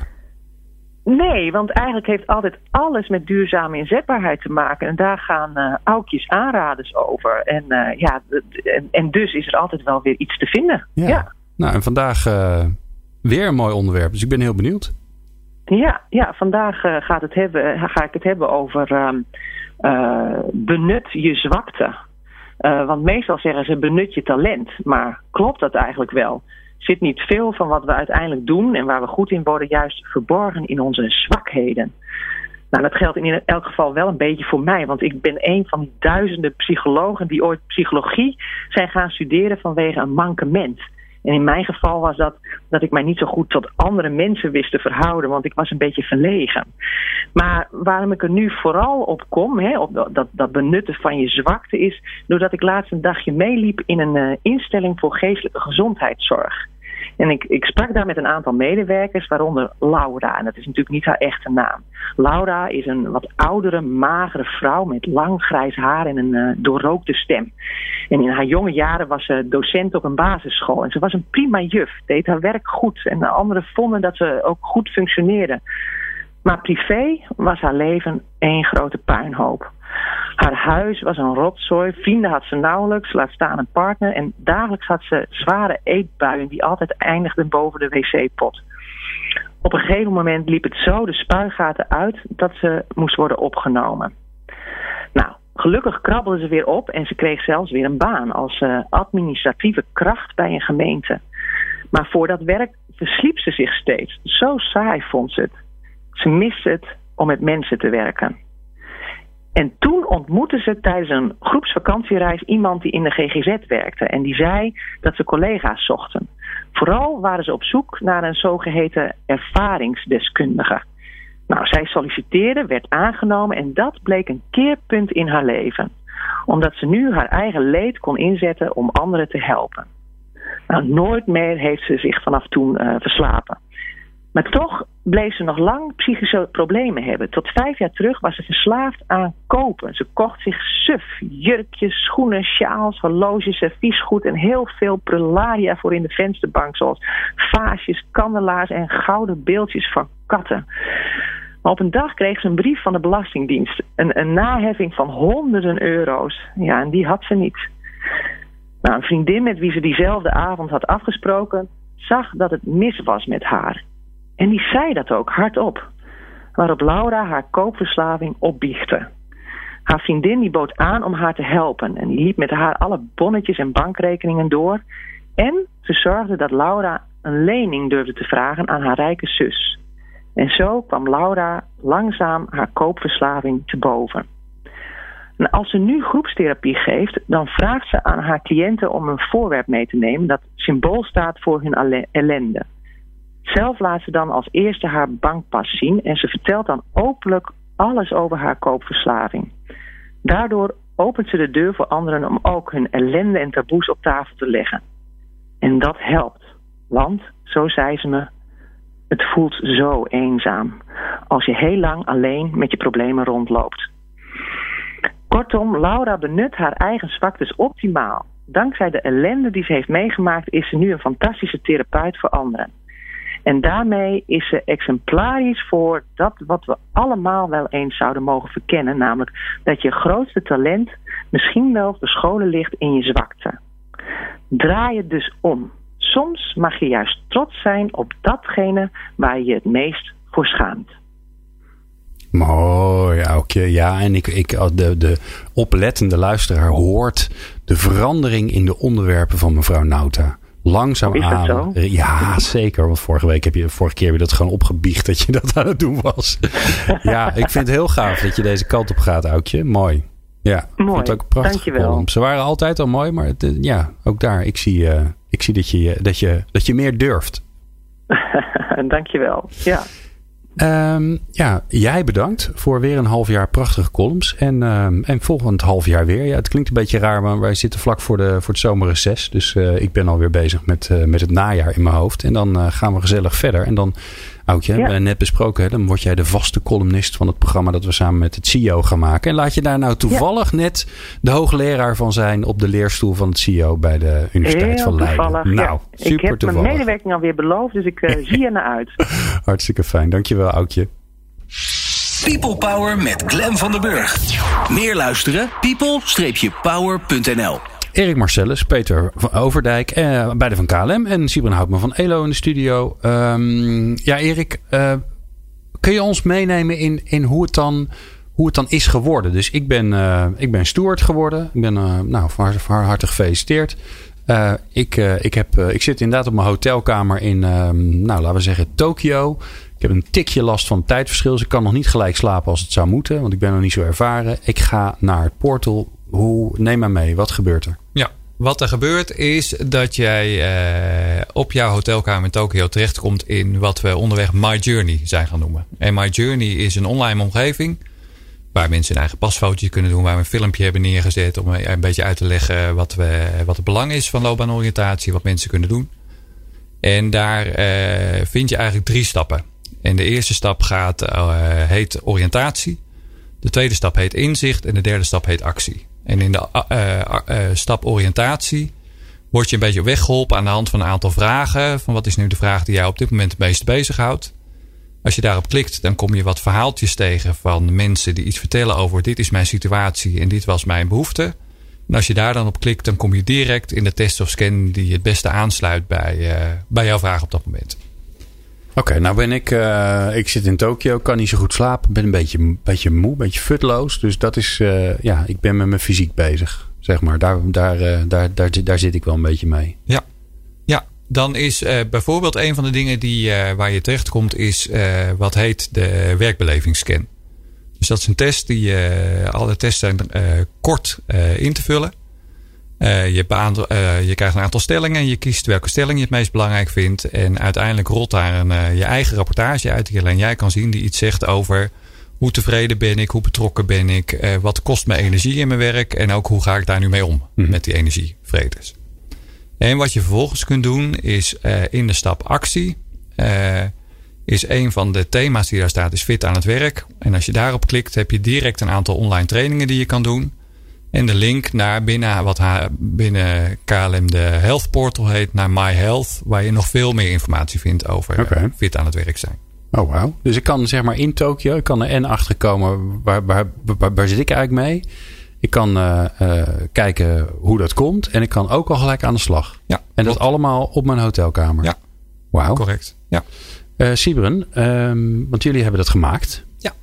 Nee, want eigenlijk heeft altijd alles met duurzame inzetbaarheid te maken. En daar gaan uh, Aukjes aanraders over. En, uh, ja, en, en dus is er altijd wel weer iets te vinden. Ja. ja.
Nou, en vandaag uh, weer een mooi onderwerp. Dus ik ben heel benieuwd.
Ja, ja vandaag uh, gaat het hebben, ga ik het hebben over um, uh, benut je zwakte. Uh, want meestal zeggen ze benut je talent. Maar klopt dat eigenlijk wel? Zit niet veel van wat we uiteindelijk doen en waar we goed in worden juist verborgen in onze zwakheden? Nou, dat geldt in elk geval wel een beetje voor mij. Want ik ben een van die duizenden psychologen die ooit psychologie zijn gaan studeren vanwege een mankement. En in mijn geval was dat dat ik mij niet zo goed tot andere mensen wist te verhouden. Want ik was een beetje verlegen. Maar waarom ik er nu vooral op kom, hè, op dat, dat benutten van je zwakte, is doordat ik laatst een dagje meeliep in een uh, instelling voor geestelijke gezondheidszorg. En ik, ik sprak daar met een aantal medewerkers, waaronder Laura. En dat is natuurlijk niet haar echte naam. Laura is een wat oudere, magere vrouw met lang grijs haar en een uh, doorrookte stem. En in haar jonge jaren was ze docent op een basisschool. En ze was een prima juf, deed haar werk goed. En de anderen vonden dat ze ook goed functioneerde. Maar privé was haar leven één grote puinhoop. Haar huis was een rotzooi, vrienden had ze nauwelijks, laat staan een partner. En dagelijks had ze zware eetbuien die altijd eindigden boven de wc-pot. Op een gegeven moment liep het zo de spuigaten uit dat ze moest worden opgenomen. Nou, gelukkig krabbelde ze weer op en ze kreeg zelfs weer een baan als uh, administratieve kracht bij een gemeente. Maar voor dat werk versliep ze zich steeds. Zo saai vond ze het. Ze miste het om met mensen te werken. En toen ontmoette ze tijdens een groepsvakantiereis iemand die in de G G Z werkte. En die zei dat ze collega's zochten. Vooral waren ze op zoek naar een zogeheten ervaringsdeskundige. Nou, zij solliciteerde, werd aangenomen en dat bleek een keerpunt in haar leven. Omdat ze nu haar eigen leed kon inzetten om anderen te helpen. Nou, nooit meer heeft ze zich vanaf toen uh, verslapen. Maar toch bleef ze nog lang psychische problemen hebben. Tot vijf jaar terug was ze verslaafd aan kopen. Ze kocht zich suf, jurkjes, schoenen, sjaals, horloges, serviesgoed en heel veel prularia voor in de vensterbank. Zoals vaasjes, kandelaars en gouden beeldjes van katten. Maar op een dag kreeg ze een brief van de Belastingdienst. Een, een naheffing van honderden euro's. Ja, en die had ze niet. Nou, een vriendin met wie ze diezelfde avond had afgesproken zag dat het mis was met haar. En die zei dat ook hardop. Waarop Laura haar koopverslaving opbiechte. Haar vriendin die bood aan om haar te helpen. En die liep met haar alle bonnetjes en bankrekeningen door. En ze zorgde dat Laura een lening durfde te vragen aan haar rijke zus. En zo kwam Laura langzaam haar koopverslaving te boven. En als ze nu groepstherapie geeft, dan vraagt ze aan haar cliënten om een voorwerp mee te nemen dat symbool staat voor hun ellende. Zelf laat ze dan als eerste haar bankpas zien en ze vertelt dan openlijk alles over haar koopverslaving. Daardoor opent ze de deur voor anderen om ook hun ellende en taboes op tafel te leggen. En dat helpt, want, zo zei ze me, het voelt zo eenzaam als je heel lang alleen met je problemen rondloopt. Kortom, Laura benut haar eigen zwaktes optimaal. Dankzij de ellende die ze heeft meegemaakt is ze nu een fantastische therapeut voor anderen. En daarmee is ze exemplarisch voor dat wat we allemaal wel eens zouden mogen verkennen. Namelijk dat je grootste talent misschien wel verscholen ligt in je zwakte. Draai het dus om. Soms mag je juist trots zijn op datgene waar je je het meest voor schaamt.
Mooi, Aukje. Ja, en ik, ik, de, de oplettende luisteraar hoort de verandering in de onderwerpen van mevrouw Nauta. Langzaam
is dat
aan.
Zo?
Ja, zeker. Want vorige week heb je, vorige keer heb je dat gewoon opgebiecht dat je dat aan het doen was. Ja, ik vind het heel gaaf dat je deze kant op gaat, Aukje. Mooi. Ja,
mooi.
vond het ook prachtig.
Dankjewel.
Columns. Ze waren altijd al mooi, maar het, ja, ook daar. Ik zie, uh, ik zie dat, je, dat, je, dat je meer durft.
Dankjewel. Ja.
Um, ja, jij bedankt voor weer een half jaar prachtige columns. En, um, en volgend half jaar weer. Ja, het klinkt een beetje raar, maar wij zitten vlak voor, de, voor het zomerreces. Dus uh, ik ben alweer bezig met, uh, met het najaar in mijn hoofd. En dan uh, gaan we gezellig verder. En dan, Aukje, ja. we hebben net besproken, hè, dan word jij de vaste columnist van het programma dat we samen met het C I O gaan maken. En laat je daar nou toevallig ja. net de hoogleraar van zijn op de leerstoel van het C I O bij de Universiteit
Heel
van Leiden.
Toevallig,
nou,
ja.
super
ik heb
toevallig.
mijn medewerking alweer beloofd, dus ik uh, zie er naar uit.
Hartstikke fijn. Dankjewel, Aukje.
People Power met Glenn van den Burg. Meer luisteren? people power punt n l.
Erik Marcellus, Peter van Overdijk, eh, beide van K L M en Sybren Houtman van Elo in de studio. Um, ja, Erik, uh, kun je ons meenemen in, in hoe, het dan, hoe het dan is geworden? Dus ik ben, uh, ik ben steward geworden. Ik ben uh, nou, van harte, van harte gefeliciteerd. Uh, ik, uh, ik, heb, uh, ik zit inderdaad op mijn hotelkamer in, uh, nou, laten we zeggen, Tokio. Ik heb een tikje last van het tijdverschil. Dus ik kan nog niet gelijk slapen als het zou moeten. Want ik ben nog niet zo ervaren. Ik ga naar het portal. Hoe, neem maar mee. Wat gebeurt er?
Ja, wat er gebeurt is dat jij uh, op jouw hotelkamer in Tokio terechtkomt in wat we onderweg My Journey zijn gaan noemen. En My Journey is een online omgeving waar mensen hun eigen pasfotootje kunnen doen. Waar we een filmpje hebben neergezet om een beetje uit te leggen wat, we, wat het belang is van loopbaanoriëntatie. Wat mensen kunnen doen. En daar uh, vind je eigenlijk drie stappen. En de eerste stap gaat, uh, heet oriëntatie. De tweede stap heet inzicht. En de derde stap heet actie. En in de uh, uh, stap oriëntatie word je een beetje weggeholpen aan de hand van een aantal vragen. Van wat is nu de vraag die jij op dit moment het meest bezighoudt. Als je daarop klikt, dan kom je wat verhaaltjes tegen van mensen die iets vertellen over dit is mijn situatie en dit was mijn behoefte. En als je daar dan op klikt, dan kom je direct in de test of scan die het beste aansluit bij, uh, bij jouw vraag op dat moment.
Oké, okay, nou ben ik, uh, ik zit in Tokio, kan niet zo goed slapen, ben een beetje, beetje moe, een beetje futloos. Dus dat is, uh, ja, ik ben met mijn fysiek bezig, zeg maar. Daar, daar, uh, daar, daar, daar zit ik wel een beetje mee.
Ja, ja dan is uh, bijvoorbeeld een van de dingen die, uh, waar je terechtkomt, is uh, wat heet de werkbelevingsscan. Dus dat is een test die, uh, alle tests zijn uh, kort uh, in te vullen. Uh, je, beaantal, uh, je krijgt een aantal stellingen en je kiest welke stelling je het meest belangrijk vindt. En uiteindelijk rolt daar een, uh, je eigen rapportage uit die alleen jij kan zien. Die iets zegt over hoe tevreden ben ik, hoe betrokken ben ik. Uh, wat kost me energie in mijn werk en ook hoe ga ik daar nu mee om mm-hmm. met die energievredes. En wat je vervolgens kunt doen is uh, in de stap actie. Uh, is een van de thema's die daar staat is fit aan het werk. En als je daarop klikt heb je direct een aantal online trainingen die je kan doen. En de link naar binnen wat binnen K L M de Health Portal heet, naar My Health, waar je nog veel meer informatie vindt over okay. fit aan het werk zijn.
Oh wauw. Dus ik kan zeg maar in Tokio, ik kan er en achter komen, waar, waar, waar, waar zit ik eigenlijk mee? Ik kan uh, uh, kijken hoe dat komt en ik kan ook al gelijk aan de slag.
Ja,
en dat allemaal op mijn hotelkamer.
Ja,
wauw.
Correct. Ja.
Uh, Sybren, um, want jullie hebben dat gemaakt.
Ja.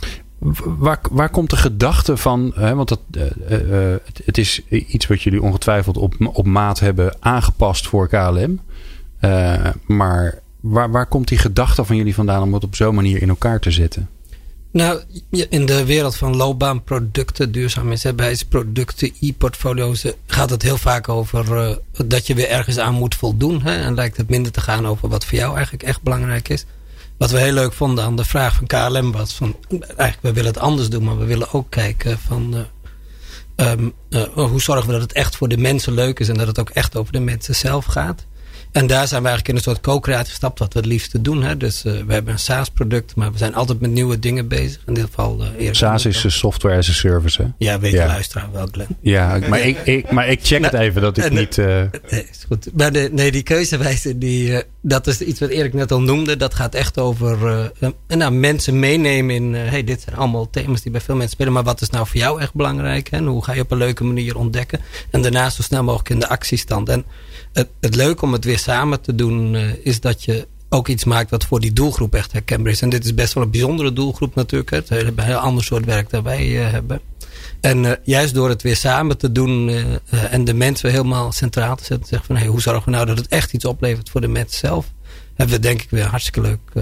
Waar, waar komt de gedachte van, hè, want dat, uh, uh, het, het is iets wat jullie ongetwijfeld op, op maat hebben aangepast voor K L M. Uh, maar waar, waar komt die gedachte van jullie vandaan om het op zo'n manier in elkaar te zetten?
Nou, in de wereld van loopbaanproducten, duurzaamheidsproducten, e-portfolio's gaat het heel vaak over uh, dat je weer ergens aan moet voldoen. Hè, en lijkt het minder te gaan over wat voor jou eigenlijk echt belangrijk is. Wat we heel leuk vonden aan de vraag van K L M was van, eigenlijk we willen het anders doen, maar we willen ook kijken van uh, um, uh, hoe zorgen we dat het echt voor de mensen leuk is en dat het ook echt over de mensen zelf gaat. En daar zijn we eigenlijk in een soort co-creatie gestapt wat we het liefste doen. Hè. Dus uh, we hebben een SaaS-product, maar we zijn altijd met nieuwe dingen bezig. In dit geval uh, eerst.
SaaS is uh, software as a service, hè?
Ja, weet ja. de luisteraar wel, Glenn.
Ja, maar ik, ik, maar ik check nou, het even dat ik uh, niet... Uh...
Nee, is goed. Maar de, nee, die keuzewijze, die, uh, dat is iets wat Erik net al noemde. Dat gaat echt over uh, uh, nou, mensen meenemen in... Uh, hey, dit zijn allemaal thema's die bij veel mensen spelen. Maar wat is nou voor jou echt belangrijk? Hè? En hoe ga je op een leuke manier ontdekken? En daarna zo snel mogelijk in de actiestand. En het, het leuke om het weer samen te doen uh, is dat je ook iets maakt wat voor die doelgroep echt herkenbaar is. En dit is best wel een bijzondere doelgroep natuurlijk. Hè. Het is een heel ander soort werk dan wij uh, hebben. En uh, juist door het weer samen te doen uh, uh, en de mensen helemaal centraal te zetten. Zeggen van hey, hoe zorgen we nou dat het echt iets oplevert voor de mens zelf. Hebben we denk ik weer een hartstikke leuk uh,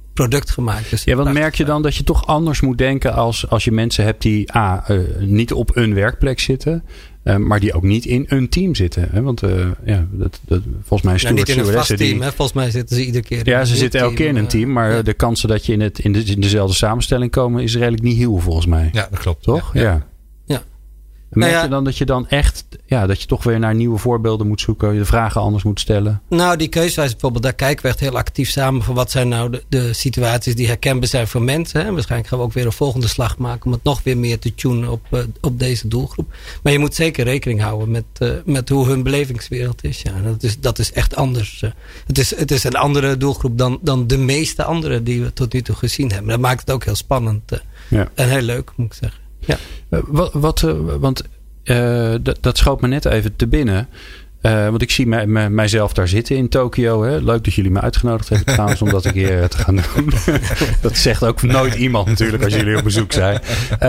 product gemaakt. Dus
ja, want merk je dan dat je toch anders moet denken als, als je mensen hebt die A, uh, niet op een werkplek zitten, uh, maar die ook niet in een team zitten. Hè? Want uh, ja, dat, dat, volgens mij is
ja, niet in een vast team. Die, hè? Volgens mij zitten ze iedere keer in
ja, ze
een
zitten elke keer in een team, maar ja. de kansen dat je in, het, in, de, in dezelfde samenstelling komen is redelijk niet heel volgens mij.
Ja, dat klopt.
Toch? Ja.
ja.
ja.
ja.
Merk
nou ja,
je dan dat je dan echt, ja, dat je toch weer naar nieuwe voorbeelden moet zoeken, je de vragen anders moet stellen?
Nou, die keuzewijze bijvoorbeeld, daar kijken we echt heel actief samen van wat zijn nou de, de situaties die herkenbaar zijn voor mensen. Hè? Waarschijnlijk gaan we ook weer een volgende slag maken om het nog weer meer te tunen op, uh, op deze doelgroep. Maar je moet zeker rekening houden met, uh, met hoe hun belevingswereld is. Ja, dat is, dat is echt anders. Uh, het, is, het is een andere doelgroep dan, dan de meeste andere die we tot nu toe gezien hebben. Dat maakt het ook heel spannend uh, ja. en heel leuk, moet ik zeggen. Ja.
Uh, wat, wat uh, want uh, d- dat schoot me net even te binnen. Uh, want ik zie mij, mij, mijzelf daar zitten in Tokio. Hè. Leuk dat jullie me uitgenodigd hebben trouwens om dat een keer te gaan doen. Dat zegt ook nooit iemand natuurlijk als jullie op bezoek zijn.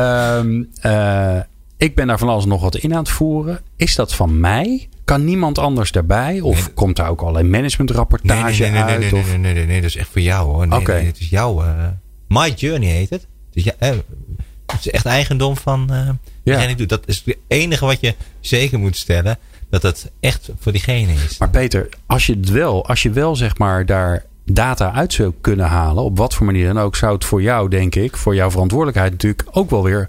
Um, uh, ik ben daar van alles nog wat in aan het voeren. Is dat van mij? Kan niemand anders daarbij? Of nee, komt daar ook allerlei managementrapportage
nee, nee, nee,
uit?
Nee, nee,
of?
nee, nee, nee, nee, dat is echt voor jou hoor. Nee, okay. nee, het is jouw... Uh, My Journey heet het. Dus ja, uh, het is echt eigendom van uh, degene die doet. Dat is het enige wat je zeker moet stellen. Dat het echt voor diegene is.
Maar Peter, als je het wel, als je wel zeg maar daar data uit zou kunnen halen. Op wat voor manier dan ook. Zou het voor jou denk ik. Voor jouw verantwoordelijkheid natuurlijk ook wel weer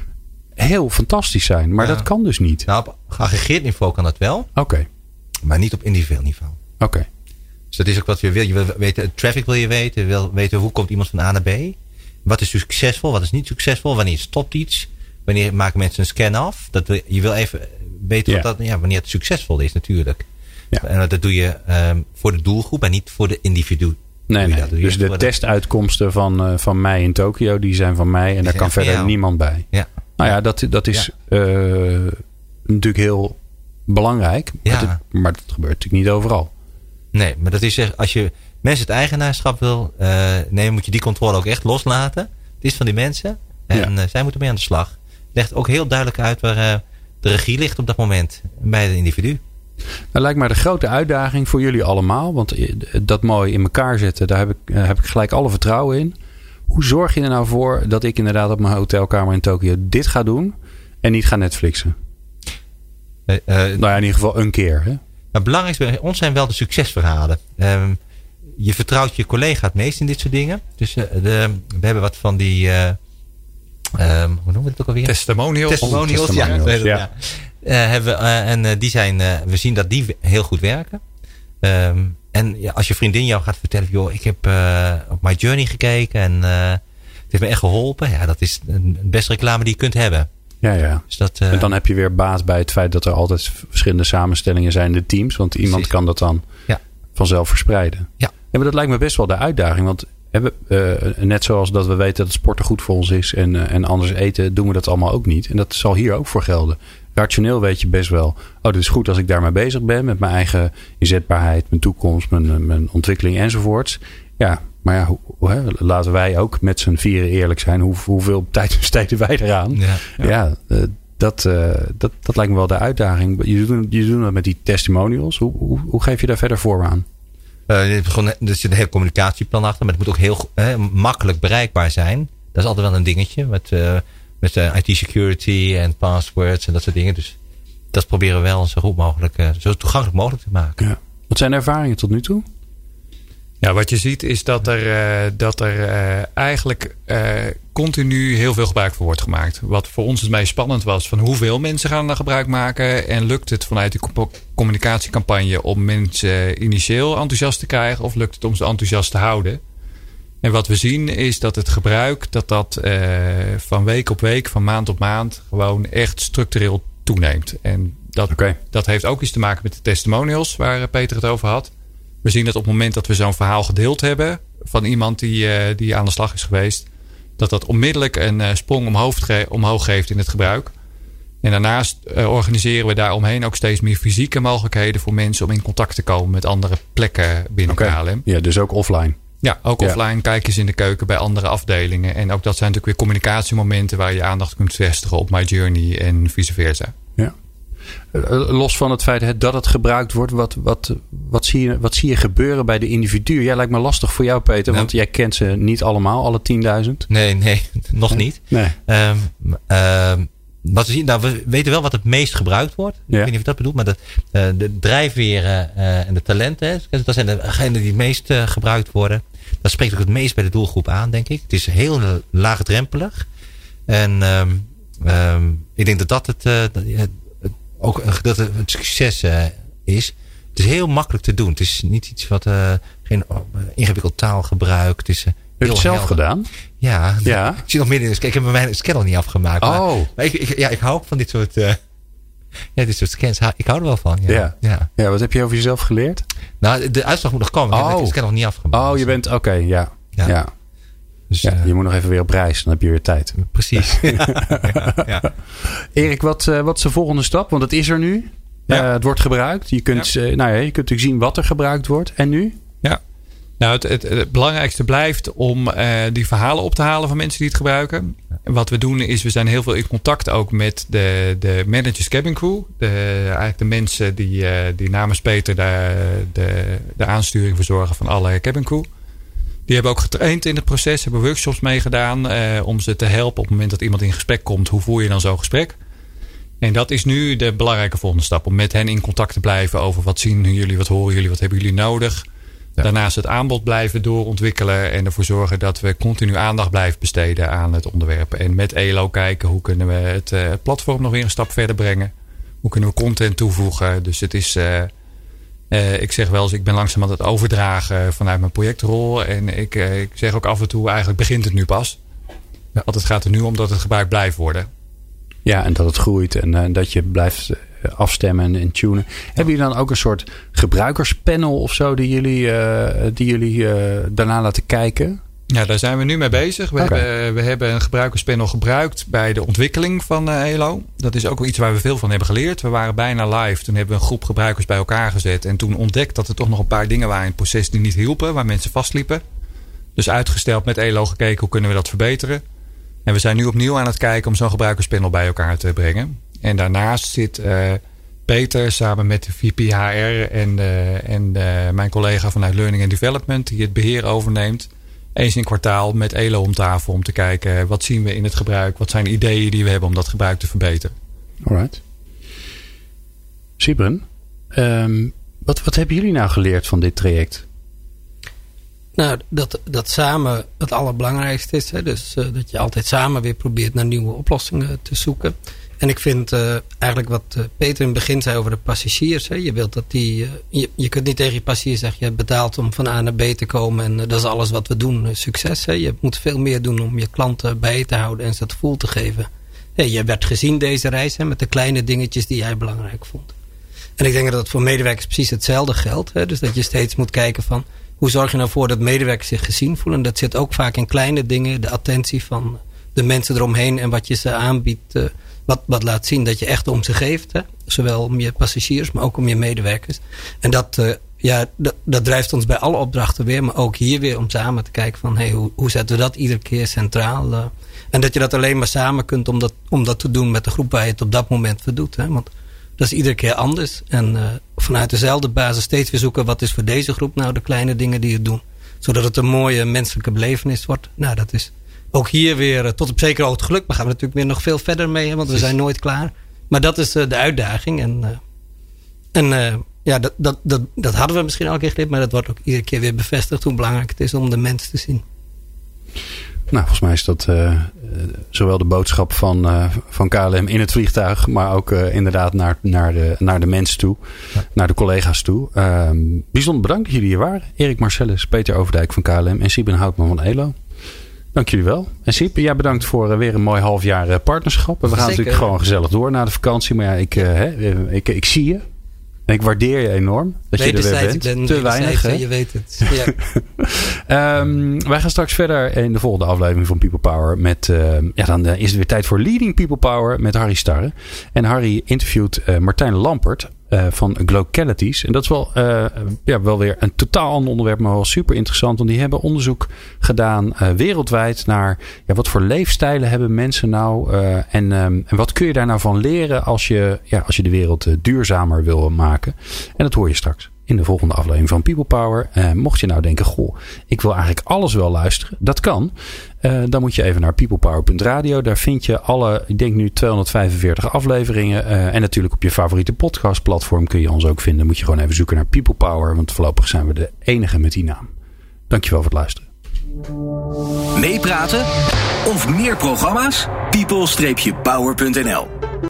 heel fantastisch zijn. Maar ja. dat kan dus niet.
Nou, op geaggregeerd niveau kan dat wel.
Oké. Okay.
Maar niet op individueel niveau.
Oké. Okay.
Dus dat is ook wat je wil. Je wil weten, traffic wil je weten. Je wil weten hoe komt iemand van A naar B. Wat is succesvol, wat is niet succesvol? Wanneer stopt iets? Wanneer maken mensen een scan af? Dat wil, je wil even weten ja. Wat dat, ja, wanneer het succesvol is natuurlijk. Ja. En dat doe je um, voor de doelgroep en niet voor de individu.
Nee, nee. Dus de testuitkomsten van, uh, van mij in Tokio, die zijn van mij en daar kan verder jou. niemand bij. Ja. Nou ja, dat, dat is ja. uh, natuurlijk heel belangrijk. Maar, ja. dat, maar dat gebeurt natuurlijk niet overal.
Nee, maar dat is als je mensen het eigenaarschap wil uh, nemen, moet je die controle ook echt loslaten. Het is van die mensen. En ja. uh, zij moeten mee aan de slag. Legt ook heel duidelijk uit waar uh, de regie ligt op dat moment bij het individu.
Dat lijkt mij de grote uitdaging voor jullie allemaal. Want dat mooi in elkaar zetten, daar heb ik, uh, heb ik gelijk alle vertrouwen in. Hoe zorg je er nou voor dat ik inderdaad op mijn hotelkamer in Tokio dit ga doen en niet ga Netflixen? Uh, uh, nou ja, in ieder geval een keer. Hè?
Het belangrijkste bij ons zijn wel de succesverhalen. Um, je vertrouwt je collega het meest in dit soort dingen. Dus uh, de, we hebben wat van die... Uh, um, hoe noemen we het ook alweer?
Testimonials.
Testimonials,
oh, testimonials ja. ja.
ja. Uh, hebben we, uh, en uh, die zijn, uh, we zien dat die heel goed werken. Um, en ja, als je vriendin jou gaat vertellen, joh, ik heb uh, op My Journey gekeken en uh, het heeft me echt geholpen. Ja, dat is een beste reclame die je kunt hebben.
Ja, ja. Dus dat, uh, en dan heb je weer baat bij het feit dat er altijd verschillende samenstellingen zijn in de teams. Want iemand precies. kan dat dan ja. vanzelf verspreiden.
Ja.
Ja, maar dat lijkt me best wel de uitdaging. Want we, uh, net zoals dat we weten dat het sporten goed voor ons is en, uh, en anders eten, doen we dat allemaal ook niet. En dat zal hier ook voor gelden. Rationeel weet je best wel, oh, dit is goed als ik daarmee bezig ben met mijn eigen inzetbaarheid, mijn toekomst, mijn, mijn ontwikkeling enzovoorts. Ja, maar ja, hoe, hoe, laten wij ook met z'n vieren eerlijk zijn. Hoe, hoeveel tijd besteden wij eraan? Ja, ja. ja uh, dat, uh, dat, dat lijkt me wel de uitdaging. Je doet, je doet dat met die testimonials. Hoe, hoe, hoe geef je daar verder vorm aan?
Uh, er zit een heel communicatieplan achter, maar het moet ook heel uh, makkelijk bereikbaar zijn. Dat is altijd wel een dingetje met, uh, met uh, I T security en passwords en dat soort dingen. Dus dat proberen we wel zo goed mogelijk, uh, zo toegankelijk mogelijk te maken.
Ja. Wat zijn de ervaringen tot nu toe?
Ja, wat je ziet is dat er, uh, dat er uh, eigenlijk uh, continu heel veel gebruik van wordt gemaakt. Wat voor ons het meest spannend was, van hoeveel mensen gaan er gebruik maken en lukt het vanuit die communicatiecampagne om mensen initieel enthousiast te krijgen of lukt het om ze enthousiast te houden? En wat we zien is dat het gebruik, dat dat uh, van week op week, van maand op maand gewoon echt structureel toeneemt. En dat, okay. dat heeft ook iets te maken met de testimonials waar Peter het over had. We zien dat op het moment dat we zo'n verhaal gedeeld hebben van iemand die, uh, die aan de slag is geweest, dat dat onmiddellijk een uh, sprong omhoog, ge- omhoog geeft in het gebruik. En daarnaast uh, organiseren we daaromheen ook steeds meer fysieke mogelijkheden voor mensen om in contact te komen met andere plekken binnen okay. K L M.
Ja, dus ook offline.
Ja, ook ja. offline. Kijk eens in de keuken bij andere afdelingen. En ook dat zijn natuurlijk weer communicatiemomenten waar je aandacht kunt vestigen op My Journey en vice versa.
Ja. Uh, los van het feit dat het gebruikt wordt, wat, wat, wat, zie je, wat zie je gebeuren bij de individu? Jij lijkt me lastig voor jou, Peter,
nou,
want jij kent ze niet allemaal, alle tienduizend.
Nee, nee, nog nee? niet.
Nee.
Um, um, wat we zien, nou, we weten wel wat het meest gebruikt wordt. Ja. Ik weet niet of je dat bedoelt, maar de, uh, de drijfveren uh, en de talenten, dat zijn degenen die het meest uh, gebruikt worden. Dat spreekt ook het meest bij de doelgroep aan, denk ik. Het is heel laagdrempelig. En um, um, ik denk dat dat het, uh, dat, uh, ook dat het succes uh, is. Het is heel makkelijk te doen. Het is niet iets wat uh, geen uh, ingewikkeld taalgebruik. Het is uh,
Heb je het zelf
helder.
gedaan?
Ja,
ja.
Ik zie nog midden in. Ik heb mijn scanner niet afgemaakt.
Oh.
Maar, maar ik, ik, ja, ik hou ook van dit soort, uh, ja, dit soort scans. Ik hou er wel van. Ja.
Ja. Ja. ja, wat heb je over jezelf geleerd?
Nou, de uitslag moet nog komen.
Oh.
Ik heb de scanner nog niet afgemaakt.
Oh, je bent, oké, okay, ja. Ja. ja.
Dus,
ja,
uh,
je moet nog even weer op reis, dan heb je weer tijd.
Precies. ja, ja, ja.
Erik, wat, uh, wat is de volgende stap? Want het is er nu. Ja. Uh, het wordt gebruikt. Je kunt, ja. uh, nou ja, je kunt natuurlijk zien wat er gebruikt wordt. En nu?
Ja. Nou, het, het, het belangrijkste blijft om uh, die verhalen op te halen van mensen die het gebruiken. En wat we doen is, we zijn heel veel in contact ook met de, de managers cabin crew. De, eigenlijk de mensen die, uh, die namens Peter de, de, de aansturing verzorgen van alle cabin crew. Die hebben ook getraind in het proces, hebben workshops meegedaan uh, om ze te helpen op het moment dat iemand in gesprek komt. Hoe voer je dan zo'n gesprek? En dat is nu de belangrijke volgende stap. Om met hen in contact te blijven over wat zien jullie, wat horen jullie, wat hebben jullie nodig. Ja. Daarnaast het aanbod blijven doorontwikkelen en ervoor zorgen dat we continu aandacht blijven besteden aan het onderwerp. En met E L O kijken hoe kunnen we het, uh, het platform nog weer een stap verder brengen. Hoe kunnen we content toevoegen. Dus het is, uh, uh, ik zeg wel eens, ik ben langzaam aan het overdragen vanuit mijn projectrol. En ik, uh, ik zeg ook af en toe, eigenlijk begint het nu pas. Ja. Want het gaat er nu om dat het gebruikt blijft worden.
Ja, en dat het groeit en uh, dat je blijft afstemmen en, en tunen. Ja. Hebben jullie dan ook een soort gebruikerspanel of zo die jullie, uh, die jullie uh, daarna laten kijken?
Ja, daar zijn we nu mee bezig. We, okay. hebben, we hebben een gebruikerspanel gebruikt bij de ontwikkeling van uh, E L O. Dat is ook wel iets waar we veel van hebben geleerd. We waren bijna live. Toen hebben we een groep gebruikers bij elkaar gezet. En toen ontdekt dat er toch nog een paar dingen waren in het proces die niet hielpen. Waar mensen vastliepen. Dus uitgesteld met E L O gekeken hoe kunnen we dat verbeteren. En we zijn nu opnieuw aan het kijken om zo'n gebruikerspanel bij elkaar te brengen. En daarnaast zit uh, Peter samen met de V P H R en, uh, en uh, mijn collega vanuit Learning and Development die het beheer overneemt. Eens in kwartaal met E L O om tafel om te kijken wat zien we in het gebruik. Wat zijn de ideeën die we hebben om dat gebruik te verbeteren.
Alright. Sybren, um, wat, wat hebben jullie nou geleerd van dit traject?
Nou, dat, dat samen het allerbelangrijkste is. Hè? Dus uh, dat je altijd samen weer probeert naar nieuwe oplossingen te zoeken. En ik vind uh, eigenlijk wat uh, Peter in het begin zei over de passagiers. Hè? Je wilt dat die. Uh, je, je kunt niet tegen je passagier zeggen: je betaalt om van A naar B te komen. En uh, dat is alles wat we doen. Uh, succes. Hè? Je moet veel meer doen om je klanten bij je te houden en ze dat gevoel te geven. Hey, je werd gezien deze reis hè, met de kleine dingetjes die jij belangrijk vond. En ik denk dat dat voor medewerkers precies hetzelfde geldt. Hè? Dus dat je steeds moet kijken van. Hoe zorg je nou voor dat medewerkers zich gezien voelen? Dat zit ook vaak in kleine dingen. De attentie van de mensen eromheen. En wat je ze aanbiedt. Uh, wat, wat laat zien dat je echt om ze geeft. Hè? Zowel om je passagiers, maar ook om je medewerkers. En dat, uh, ja, dat, dat drijft ons bij alle opdrachten weer. Maar ook hier weer om samen te kijken van. Hey, hoe, hoe zetten we dat iedere keer centraal? Uh, en dat je dat alleen maar samen kunt om dat, om dat te doen met de groep waar je het op dat moment voor doet. Hè? Want dat is iedere keer anders. En uh, vanuit dezelfde basis steeds weer zoeken. Wat is voor deze groep nou de kleine dingen die het doen. Zodat het een mooie menselijke belevenis wordt. Nou, dat is ook hier weer uh, tot op zekere hoogte geluk. Maar gaan we natuurlijk weer nog veel verder mee. Hè, want we zijn nooit klaar. Maar dat is uh, de uitdaging. En, uh, en uh, ja, dat, dat, dat, dat hadden we misschien al een keer geleerd. Maar dat wordt ook iedere keer weer bevestigd. Hoe belangrijk het is om de mens te zien.
Nou, volgens mij is dat uh, zowel de boodschap van, uh, van K L M in het vliegtuig, maar ook uh, inderdaad naar, naar, de, naar de mensen toe, ja. naar de collega's toe. Uh, bijzonder bedankt dat jullie hier waren. Erik Marcellus, Peter Overdijk van K L M en Sybren Houtman van E L O. Dank jullie wel. En Siep, jij bedankt voor uh, weer een mooi half jaar uh, partnerschap. We gaan Zeker. natuurlijk gewoon gezellig door na de vakantie. Maar ja, ik, uh, hè, ik, ik zie je. En ik waardeer je enorm dat je er weer bent.
Ben
Te weinig, hè?
Je weet het. Ja.
um, wij gaan straks verder in de volgende aflevering van People Power. Met, uh, ja, dan uh, is het weer tijd voor Leading People Power met Harry Starre. En Harry interviewt uh, Martijn Lampert. Uh, van Glocalities. En dat is wel, uh, ja, wel weer een totaal ander onderwerp, maar wel super interessant. Want die hebben onderzoek gedaan uh, wereldwijd naar ja, wat voor leefstijlen hebben mensen nou. Uh, en, um, en wat kun je daar nou van leren als je, ja, als je de wereld uh, duurzamer wil maken. En dat hoor je straks in de volgende aflevering van People Power. Uh, mocht je nou denken, goh, ik wil eigenlijk alles wel luisteren. Dat kan. Uh, dan moet je even naar peoplepower punt radio. Daar vind je alle, ik denk nu tweehonderdvijfenveertig afleveringen. Uh, en natuurlijk op je favoriete podcastplatform kun je ons ook vinden. Moet je gewoon even zoeken naar People Power. Want voorlopig zijn we de enige met die naam. Dankjewel voor het luisteren.
Meepraten of meer programma's? people dash power punt n l